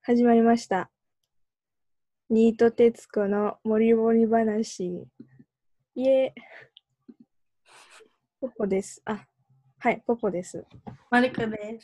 始まりました。ニート徹子の森森話。いえ、ポポです。はい、ポポです。 マリカです。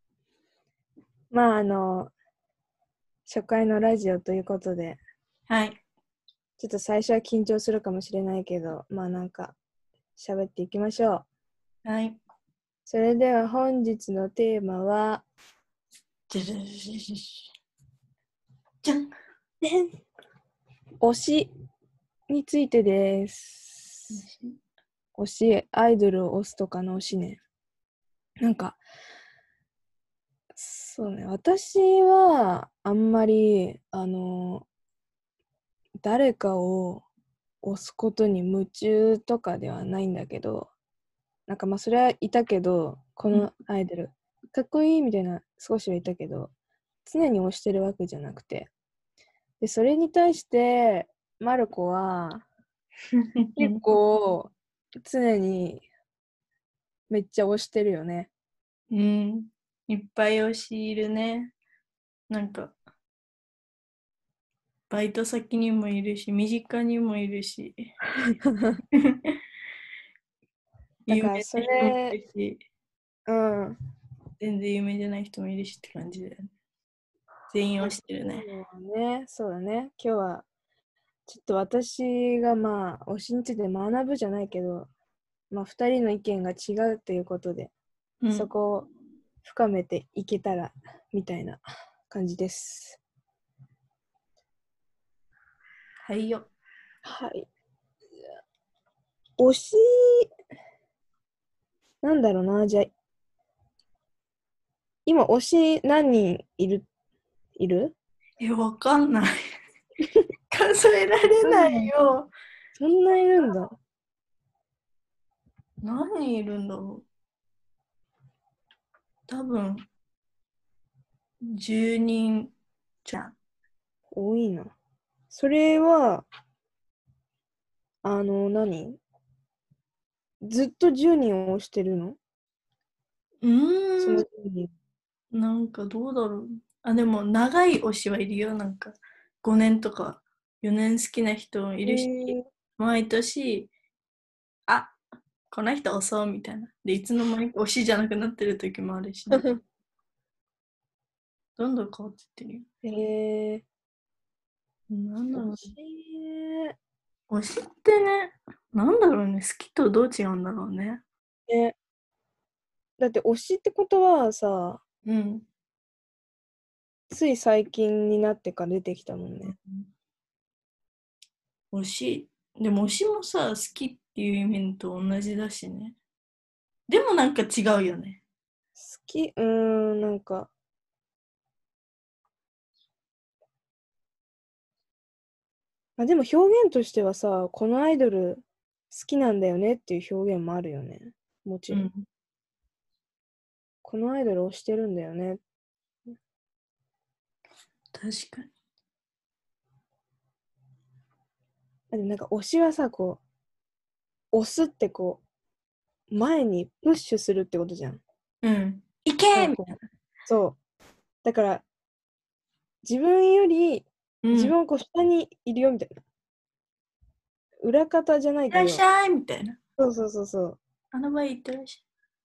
初回のラジオということで、 はい。 ちょっと最初は緊張するかもしれないけど、喋っていきましょう。 はい。 それでは本日のテーマは、 じゃじゃじゃじゃじゃん。 推しについてです。推し、アイドルを推すとかの推しね。そうね、私はあんまり、誰かを推すことに夢中とかではないんだけど、それはいたけど、このアイドル、かっこいいみたいな少しはいたけど、常に推してるわけじゃなくて。で、それに対して、マルコは結構常にめっちゃ推してるよね。 うん。いっぱい推しいるね。なんか、バイト先にもいるし、身近にもいるし、有名なだからそ人もいれ、 るし、 うん。 全然有名じゃない人もいるしって感じだよね。全員推してるね。 そうだね。今日はちょっと私が推しについて学ぶじゃないけど、二人の意見が違うっていうことで、 うん。 そこを深めていけたら、みたいな感じです。 はいよ。 はい。推し、なんだろうな、じゃあ、今推し何人いる？ わかんない。数えられないよ。 そんないるんだ。 何人いるんだろう。多分、10人じゃん。 多いな。それは、あの、何ずっと10人を推してるの？ うそのーん。 10人。 なんかどうだろう。あ、でも長い推しはいるよ。なんか5年とか4年好きな人もいるし、 ー、 毎年、あ、この人推そうみたいな。で、いつの間にか推しじゃなくなってる時もあるしね。どんどん変わってってるよ。 えなんだろうね。 推し、 推しってね、なんだろうね。好きとどう違うんだろうね。 ね、だって推しってことはさ、 うん。 つい最近になってから出てきたもんね。 推し。でも推しもさ、好きっていう意味と同じだしね。でもなんか違うよね。 好き、でも表現としてはさ、このアイドル好きなんだよねっていう表現もあるよね。もちろん。 うん。 このアイドルをしてるんだよね。 確かに。 でも推しはさ、押すって前にプッシュするってことじゃん。 うん。いけーみたいな。 そう。だから、自分より、 うん。い自分は下にいるよみたいな。裏方じゃないけど、 らっしゃいみたいな。 そうそうそうそう。 あの場合行ってらっし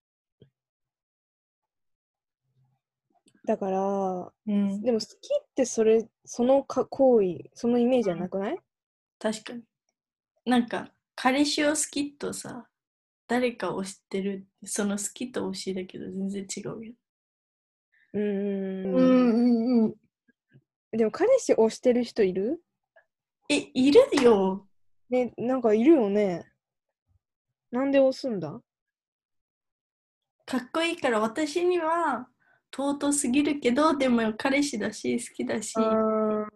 だから、 ゃい。うん。 でも好きってその行為、そのイメージはなくない？ 確かに。なんか、彼氏を好きとさ、誰かを知ってるって、その好きと推しだけど全然違うよ。 うーん。 うん。 でも彼氏推してる人いる？ いるよ。 ね、いるよね。なんで推すんだ？ かっこいいから私には尊すぎるけど、でも彼氏だし、好きだあし、 ー、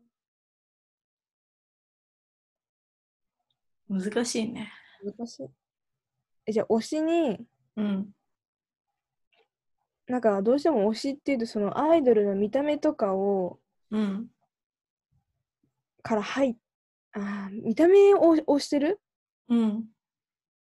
難しいね。 難しい。じゃあ推しに、 うん。 どうしても推しっていうと、そのアイドルの見た目とかうん。 から見た目を推してる？ うん。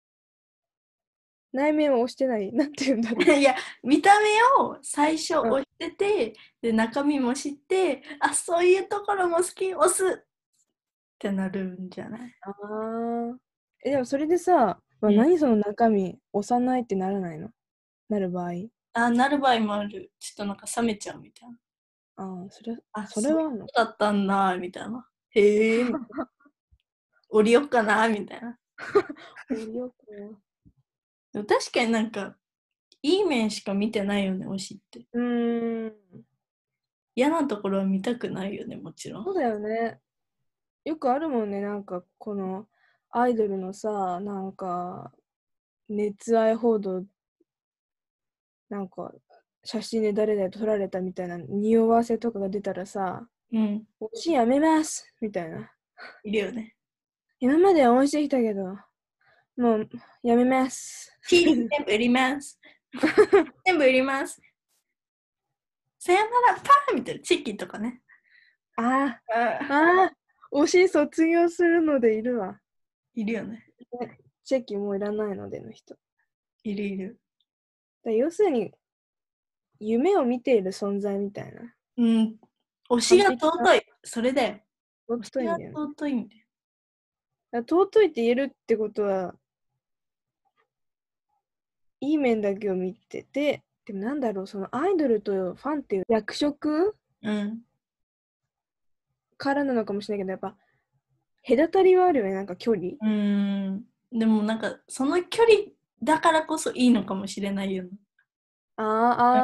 内面を推してない？なんて言うんだろいや、見た目を最初う。うん。 推してて、で、中身も知って、あ、そういうところも好き、押すってなるんじゃない？ ああ。でもそれでさ、 うん。 何その中身、押さないってならないの？なる場合。 あ、なる場合もある。ちょっとなんか冷めちゃうみたいな。 ああ、 あ、そういうそれはあんの？ ことだったんだ、みたいな。へえ、降りよっかな、みたいな。 降りようかでも確かになんか、いい面しか見てないよね、推しって。 な。 嫌なところは見たくないよね、もちろん。 そうだよね。よくあるもんね、なんかこのアイドルのさ、なんか熱愛報道、なんか写真で誰々と撮られたみたいな匂わせとかが出たらさ、 うん、 推しやめますみたいな。 いるよね。 今までは応援してきたけど、もうやめます。 T 全部売ります。全部売ります。さよなら、パーみたいな。チキンとかね。 ああ、 あああ、推し卒業するのでいるわ。 いるよね。 ねチェキもういらないのでの人。 いるいる。 要するに、夢を見ている存在みたいな。 うん。推しが完璧な、 尊い。それだよ。推しが尊いんだよね。 尊いんだよ。 尊いって言えるってことは、いい面だけを見てて、でもなんだろう、そのアイドルとファンっていう役職うん。 からなのかもしれないけど、やっぱ、隔たりはあるよね、なんか距離。 うーん。でもなんか、その距離だからこそいいのかもしれないよね。 あーうん。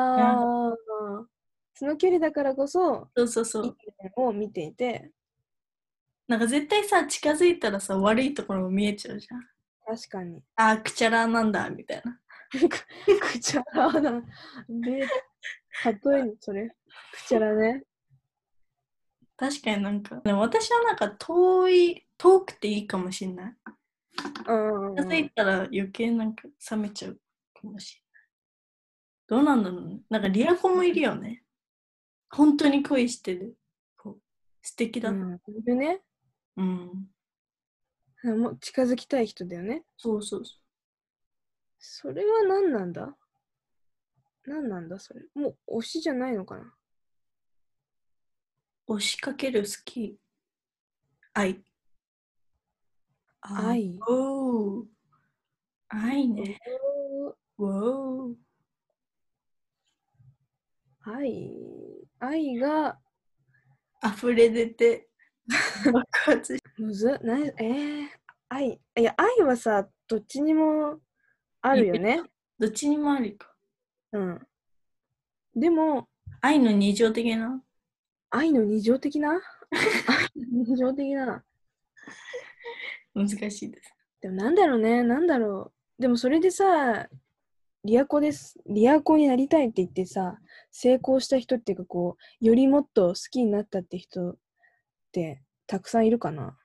あー、その距離だからこそ、 そうそうそいいう。 面を見ていて、 なんか絶対さ、近づいたらさ、悪いところも見えちゃうじゃん。 確かに。 あー、くちゃらなんだ、みたいな。 くちゃらな。で、例えにそれ。くちゃらね。 確かになんか、でも私はなんか遠くていいかもしれない。 うん近づうんうん。 いたら余計なんか冷めちゃうかもしれない。どうなんだろうね。なんかリアコもいるよね。本当に恋してる。こう素敵だ。 うん。いるね。 うん。 もう近づきたい人だよね。 そうそうそそれは何なんだ？何なんだそれ。もう推しじゃないのかな？ う。押しかける好き。愛。あ愛。 おー。愛うね。 ーわお。 愛。愛が、 溢れ出て爆発しむずっ、愛。いや、愛はさ、どっちにもあいる。 るよね。 どっちにもありか。 うん。でも、 愛の二乗的な。 愛の二乗的な愛の二乗的な。 難しいです。 でもなんだろうね、なんだろう。でもそれでさ、リアコです。リアコになりたいって言ってさ、成功した人っていうかこう、よりもっと好きになったって人ってたくさんいるかな。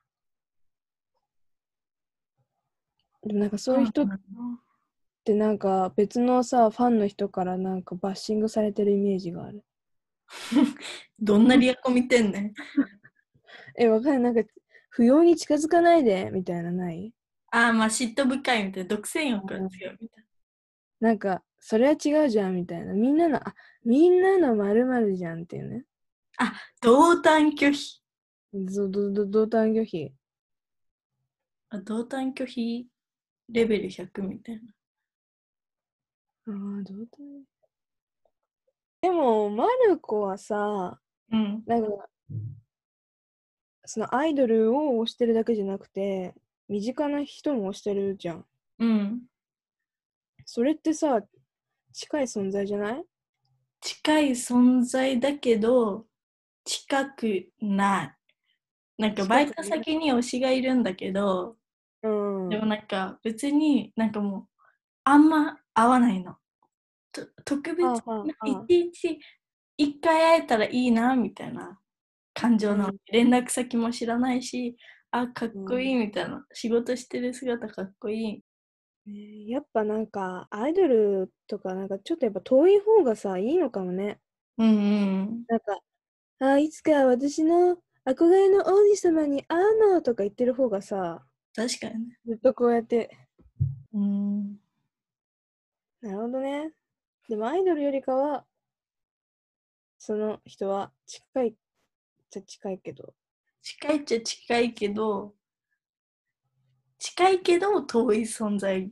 でもなんかそういう人っそうなんだな。 てなんか別のさ、ファンの人からなんかバッシングされてるイメージがある。 どんなリアコ見てんねん。 わかんない。なんか、不要に近づかないで、みたいなない？ ああ、まあ嫉妬深いみたいな。独占欲がうん強いみたいなんか、それは違うじゃん、みたいな。みんなの〇〇じゃんっていうね。 な。あ、同担拒否。 同担拒否。 あ、同担拒否レベル100みたいな。 ああ、同担。でも、マルコはさ、 うん。 なんか、そのアイドルを推してるだけじゃなくて、身近な人も推してるじゃん。 うん。 それってさ、近い存在じゃない？ 近い存在だけど、近くない。なんかバイト近くない。 先に推しがいるんだけど、 うん。 でもなんか別になんかもうあんま合わないの。特別はあはな一あはあ。 日一回会えたらいいなみたいな感情なの。 うん。 連絡先も知らないし、あ、かっこいいうんみたいな。仕事してる姿かっこいい。 やっぱなんか、アイドルとかなんかちょっとやっぱ遠い方がさ、いいのかもね。 うんうん。 なんか、いつか私の憧れの王子様に会うのとか言ってる方がさ、 確かにね。 ずっとこうやって、 うん。 なるほどね。でもアイドルよりかは、 その人は近いっちゃ近いけど。 近いっちゃ近いけど、近いけど遠い存在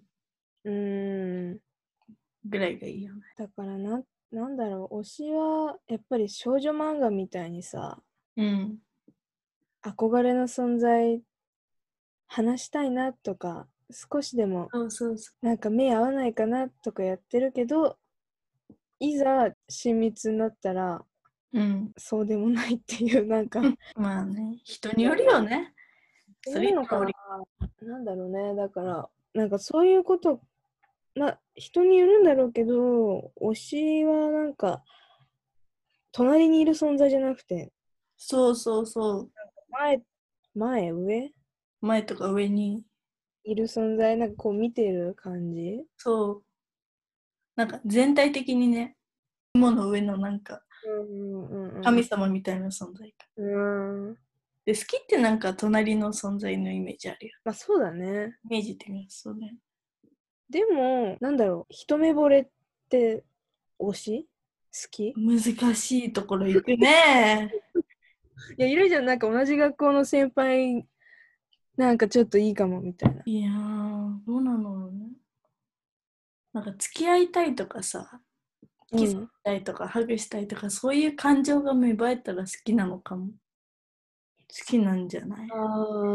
ぐらいがいいよね。 だからなんだろう、推しはやっぱり少女漫画みたいにさ、 うん。 憧れの存在話したいなとか、少しでもそうそうそなんか目合わないかなとかやってるけど、いざ親密になったらう。うん。 そうでもないっていうなんかまあね、人によるよね。 いそれるのかな。なんだろうね。だからなんかそういうこと人によるんだろうけど、推しはなんか隣にいる存在じゃなくてそうそうそう。 上前とか上に。 いる存在、なんかこう見てる感じ。 そう。なんか全体的にね、雲の上のなんか神様みたいな存在か。で、好きってなんか隣の存在のイメージあるよ。 まあそうだね。 イメージっていうかそうね。 でも、なんだろう、一目惚れって推し好き？ 難しいところ行くね。 いや、いるじゃん、なんか同じ学校の先輩、なんかちょっといいかもみたいな。 いやー、どうなのね。なんか付き合いたいとかさ、キスしたいとか、ハグしたいとか、そういう感情が芽生えたら好きなのかも。好きなんじゃない？ あ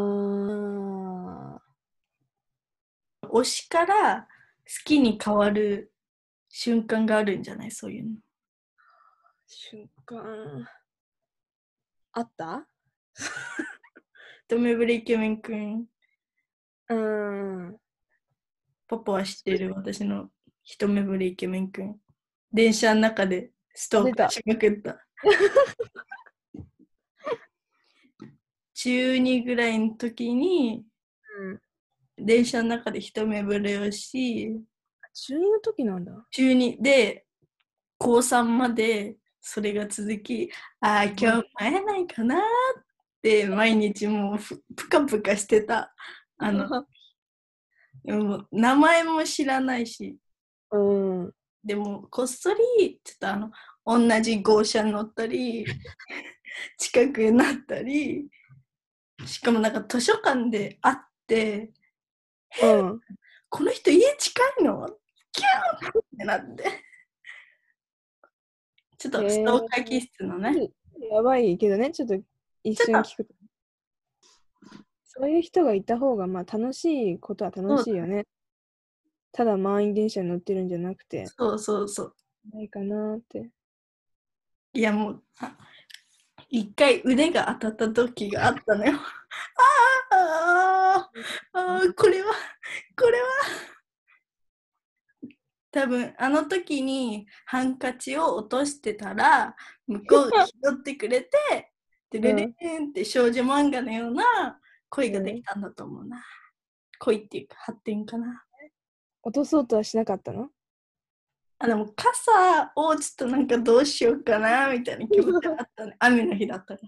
あ、 推しから好きに変わる瞬間があるんじゃない？そういうの。 瞬間。あった？ 一目惚れイケメンくん。 うーん。 パパは知ってる？私の一目惚れイケメンくん。電車の中でストーカーしまくった。中2ぐらいの時に、電車の中で一目惚れをし、 中2の時なんだ。 中2で高3までそれが続き、ああ、今日も会えないかなって毎日もうぷかぷかしてた。でも名前も知らないし、でもこっそりちょっと同じ号車に乗ったり近くになったり、しかもなんか図書館で会って、この人家近いの？キュンってなって。ちょっとストーカー気質のね。 やばいけどね、ちょっと一瞬聞くと。そういう人がいた方が、まあ楽しいことは楽しいよね。ただ満員電車に乗ってるんじゃなくて。 そうそうそう。 ないかなって。 いやもう、一回腕が当たった時があったのよ。これは多分あの時にハンカチを落としてたら向こうが拾ってくれてでレレンって少女漫画のような恋ができたんだと思うな。恋っていうか発展かな。 落とそうとはしなかったの？ でも傘をちょっとなんかどうしようかなみたいな気持ちがあったね。雨の日だったら。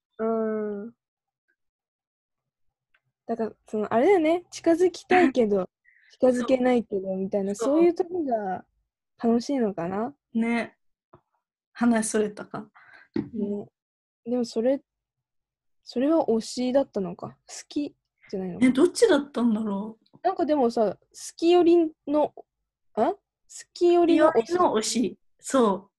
だからあれだよね、近づきたいけど近づけないけどみたいな、そういうとこが楽しいのかな。 ね。話それたか。 ね、でもそれは推しだったのか、好きじゃないのか。 どっちだったんだろう。 なんかでもさ、好き寄りの推し。そう。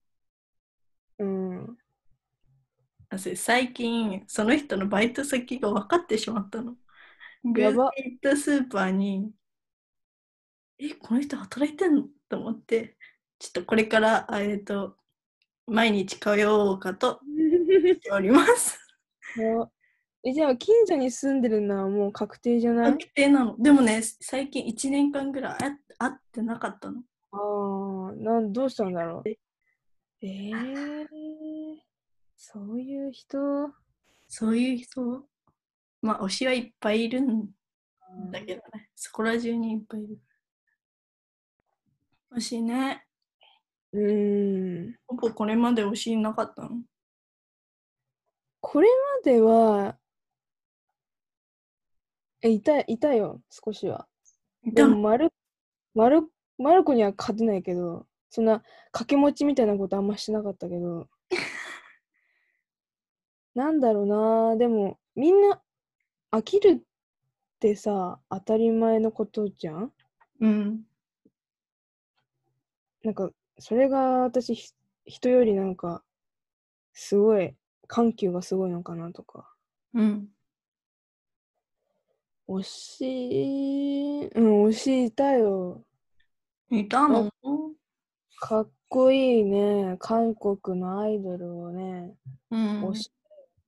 最近その人のバイト先が分かってしまったの。偶然行ったスーパーにこの人働いてんのと思って、ちょっとこれから毎日通おうかとしております。 じゃあ近所に住んでるのはもう確定じゃない？ 確定なの。でもね、最近1年間ぐらい会ってなかったの。 どうしたんだろう。そういう人。 そういう人、まあ推しはいっぱいいるんだけどね、そこら中にいっぱいいる。推しね。ほぼこれまで推しいなかったの？ これまでは、いたよ、少しは。でも、マルコには勝てないけど、そんな掛け持ちみたいなことあんましなかったけど。 なんだろうな。でも、みんな飽きるってさ、当たり前のことじゃん。 うん。 なんか、それが私、人よりなんか、すごい、緩急がすごいのかなとか。 うん。 推しいたよ。 いたやっの？ かっこいいね。韓国のアイドルをね、 うん。 推し。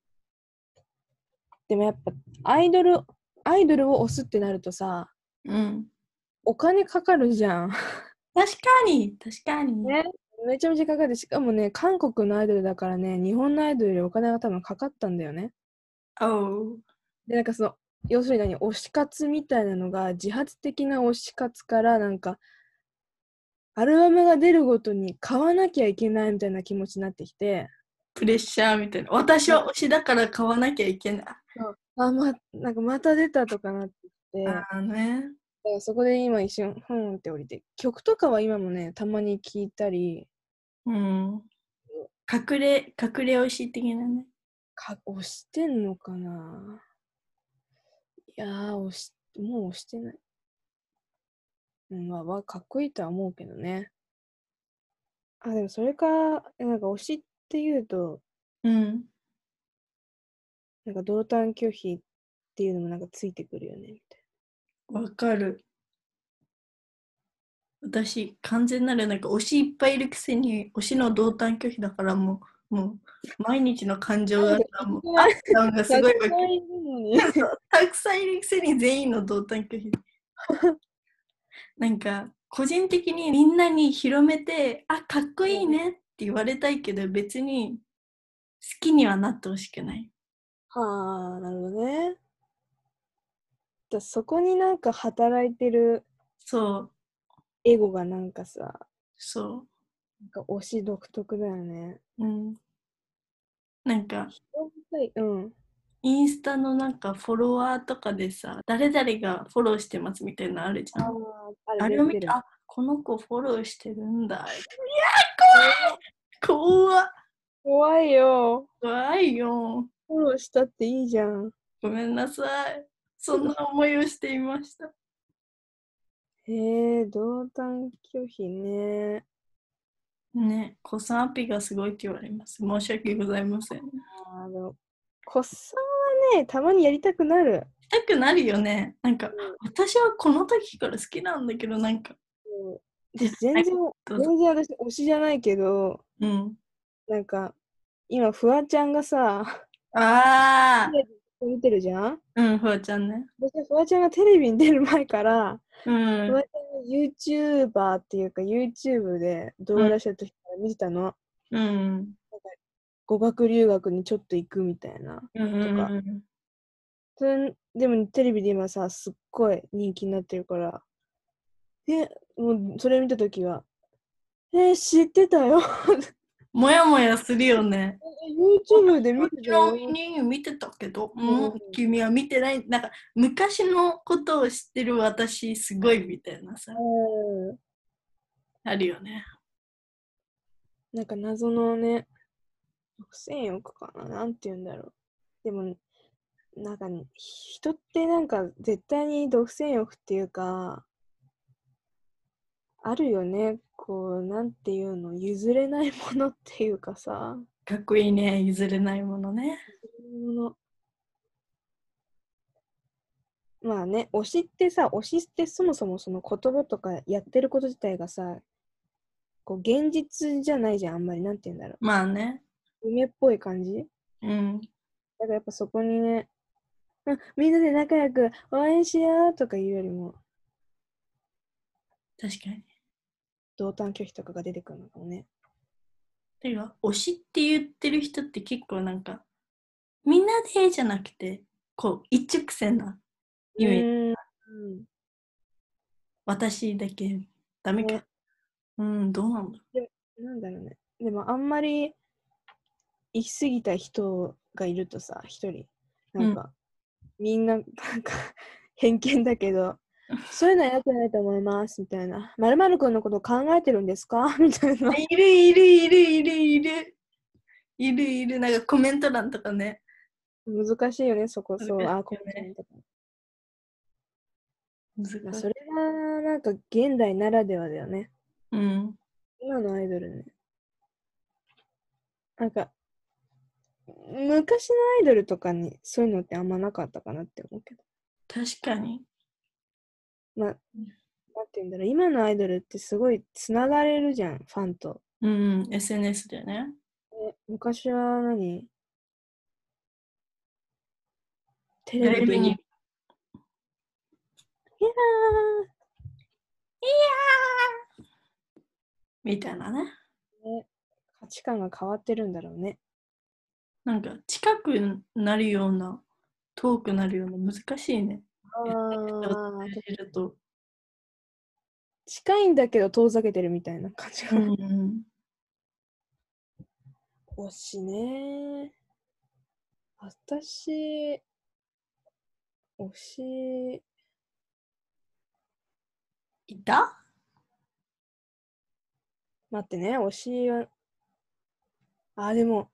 でもやっぱ、アイドルを推すってなるとさ、 うん。 お金かかるじゃん。 確かに、確かに。 ね。めちゃめちゃかかって、しかもね、韓国のアイドルだからね、日本のアイドルよりお金が多分かかったんだよね。 おう。 で、なんかその、要するに推し活みたいなのが、自発的な推し活から、なんか、アルバムが出るごとに買わなきゃいけないみたいな気持ちになってきて、 プレッシャーみたいな。私は推しだから買わなきゃいけない。 そうなんかまた出たとかなってきて、 ああね。 だからそこで今一瞬、ふーんって降りて、曲とかは今もね、たまに聞いたり、 うん。隠れ推し的なね。 押してんのかな。いやー、もう押してない。うん、まあ、かっこいいとは思うけどね。あ、でもそれか、なんか推しっていうと、 うん。 なんか同担拒否っていうのもなんかついてくるよね、みたいわかる。私、完全なるなんか推しいっぱいいるくせに、推しの同担拒否だからもう、毎日の感情な。なんで、 がさ、もう、アップダウンがすたくごいわけ。 さんいるのに。 たくさんいるくせに全員の同担拒否。なんか、個人的にみんなに広めて、あ、かっこいいねって言われたいけど、別に好きにはなってほしくない。 はあ、なるほどね。そこになんか働いてるそう、 エゴがなんかさ、 そなんか推し独特だよね。 う。うん。なんか、 うん。 インスタのなんかフォロワーとかでさ、誰々がフォローしてますみたいなのあるじゃん。 あれあれを見て、 出る。 あ、この子フォローしてるんだ。 怖怖っ。 怖いよ。 怖いよ。 フォローしたっていいじゃん。 ごめんなさい。そんな思いをしていました。 同担拒否ね。 ね、子さんアピがすごいって言われます。申し訳ございません。しこっさんはね、たまにやりたくなる。 たくなるよね。なんか、 うん私はこの時から好きなんだけど、なんか、 私はい、 全然、 どうぞ。 全然私推しじゃないけど、 うん。 なんか、今、フワちゃんがさ、 ああ、 見てるじゃん。 うん、フワちゃんね。 私はフワちゃんがテレビに出る前から、 うん、 フワちゃんが YouTuber っていうか YouTube で動うん、 画出した時から見てたの。 うん、 なんか語学留学にちょっと行くみたいなうん、 とか。 うん。 でもテレビで今さ、すっごい人気になってるから、もうそれ見た時は、知ってたよ。 もやもやするよね。 YouTube で見てちなたよ。 みに見てたけど、 うん。 君は見てない。なんか、昔のことを知ってる私、すごいみたいなさ、 うん。 あるよね。 なんか謎のね、独占欲かな、なんて言うんだろう。でも、なんか、人ってなんか絶対に独占欲っていうか、あるよね。こう、なんていうの、譲れないものっていうかさ、 かっこいいね、譲れないものね。 そういうもの。まあね、推しってそもそもその言葉とかやってること自体がさ、こう、現実じゃないじゃん、あんまり、なんて言うんだろまあね。 う。夢っぽい感じ。 うん、 だからやっぱそこにね、みんなで仲良く応援しようとかいうよりも、 確かに。 同担拒否とかが出てくるのかもね。 てか、推しって言ってる人って結構なんか、みんなでじゃなくて、こう、一直線なイメージ。 うん。 私だけ、ダメか。 ね。 うん、どうなんだろでも、なんだろうね。でもあんまり行き過ぎた人がいるとさ、一人、なう。うん。 んか、みんな、なんか、偏見だけど、そういうのは良くないと思います、みたいな。〇〇くんのこと考えてるんですかみたいな。 いるいるいるいるいる。 いるいる、なんかコメント欄とかね。 難しいよね、そこ。そう、 難しいよねコメント欄とか。 難しい。 まあ、それはなんか現代ならではだよね。 うん。 今のアイドルね。なんか、昔のアイドルとかにそういうのってあんまなかったかなって思うけど。 確かに。 まあ、なんて言うんだろう。今のアイドルってすごいつながれるじゃん、ファンと。 うん、SNS でね。 昔はテレライブに。 ビで見る。いやいやーみたいなね。 ね、価値観が変わってるんだろうね。 なんか近くなるような、遠くなるような難しいね。 ああ、 知ると。 近いんだけど遠ざけてるみたいな感じが。 うんうん。 推しね。私、推し、 いた待ってね、推しは、でも、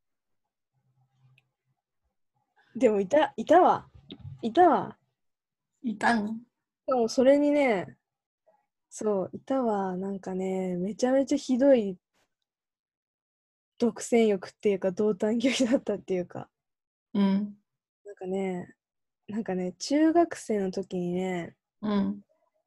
いたわ。いたわ。 いたんでも、それにね、そう、いたわ。なんかね、めちゃめちゃひどい独占欲っていうか、同担拒否だったっていうか、 うん。 なんかね、中学生の時にね、 うん。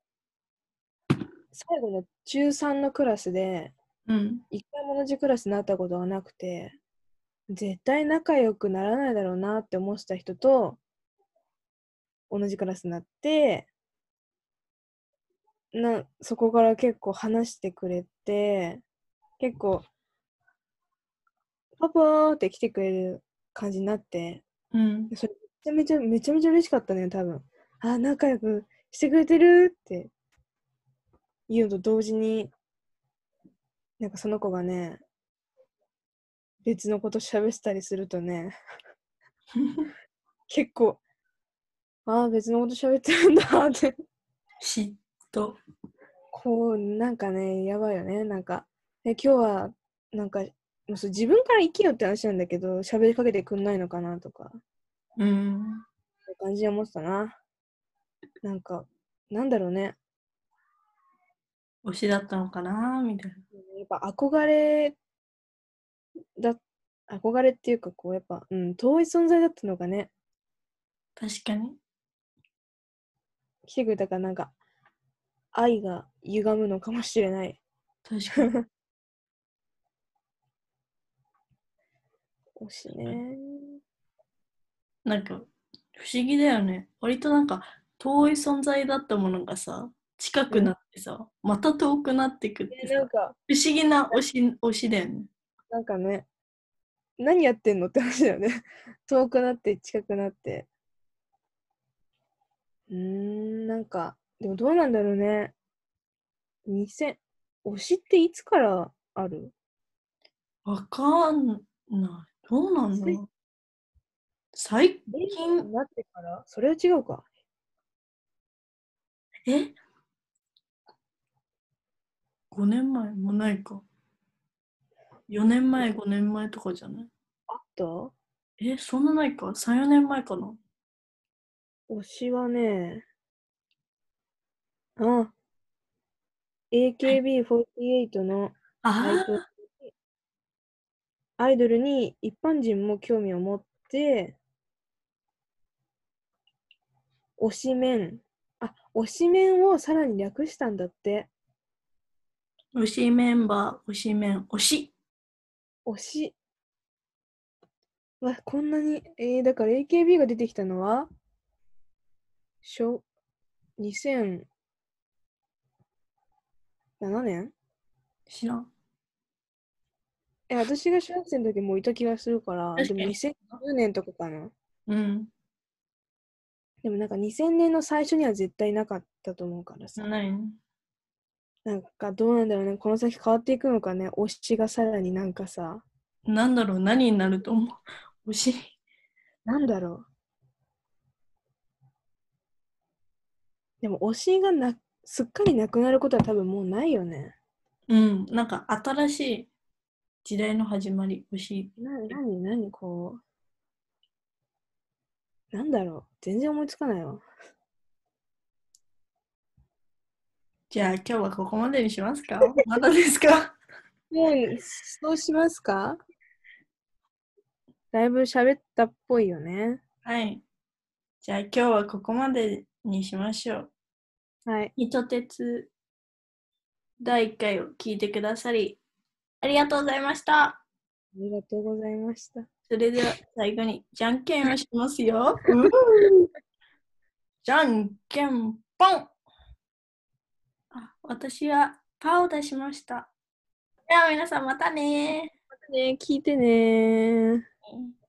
最後の中3のクラスで、 うん。 一回も同じクラスになったことがなくて、絶対仲良くならないだろうなって思ってた人と同じクラスになって、そこから結構話してくれて、結構、パパーって来てくれる感じになって、 うん。 それめちゃめちゃ嬉しかったね、多分。仲良くしてくれてるって言うのと同時に、なんかその子がね、別のこと喋ってたりするとね、結構、別のこと喋ってるんだって嫉妬。 こう、なんかね、やばいよね。なんか、今日は、なんか、もう自分から生きようって話なんだけど、喋りかけてくんないのかなとか、 うん。 そういう感じで思ってたな。なんか、なんだろうね。 推しだったのかなみたいな。 やっぱだ、憧れっていうか、こう、やっぱ、遠い存在だったのがね、 確かに。 来てくれたから、なんか、愛が歪むのかもしれない。 確かに。 推しね。 なんか、不思議だよね。割となんか、遠い存在だったものがさ、近うん。 くなってさ、また遠くなってくってさ、 なんか、 不思議な推しだよね。 なんかね、何やってんのって話だよね。遠くなって近くなって。なんか、でもどうなんだろうね。2000、推しっていつからある？ わかんない。どうなんだろう。最令和近、 になってからそれは違うか。 え ?5 年前もないか。4年前、5年前とかじゃないあった？ そんなないか ?3、4年前かな。 推しはね、あ、AKB48 のアイドル、 あアイドルに一般人も興味を持って、推しメン、推しメンをさらに略したんだって。 推しメンバー、推しメン、推し。 推し、こんなに、だから AKB が出てきたのは、2007年。 知らん。 私が小学生の時もういた気がするから、でも確かに。 2010年とかかな。 うん。 でもなんか2000年の最初には絶対なかったと思うからさ。 ないね。 なんかどうなんだろうね。この先変わっていくのかね。推しがさらになんかさ、 なんだろう、何になると思う。推し。 なんだろう。でも推しがすっかりなくなることは多分もうないよね。 うん。なんか新しい時代の始まり、欲しい。 何こう。なんだろう。全然思いつかないわ。 じゃあ今日はここまでにしますか？まだですか？ もう、そうしますか？だいぶ喋ったっぽいよね。 はい。じゃあ今日はここまでにしましょう。 はい。 糸鉄第1回を聞いてくださり、ありがとうございました。 ありがとうございました。 それでは最後にじゃんけんをしますよ。じゃんけんぽん。私はパーを出しました。では皆さんまたね。 またね、聞いてね。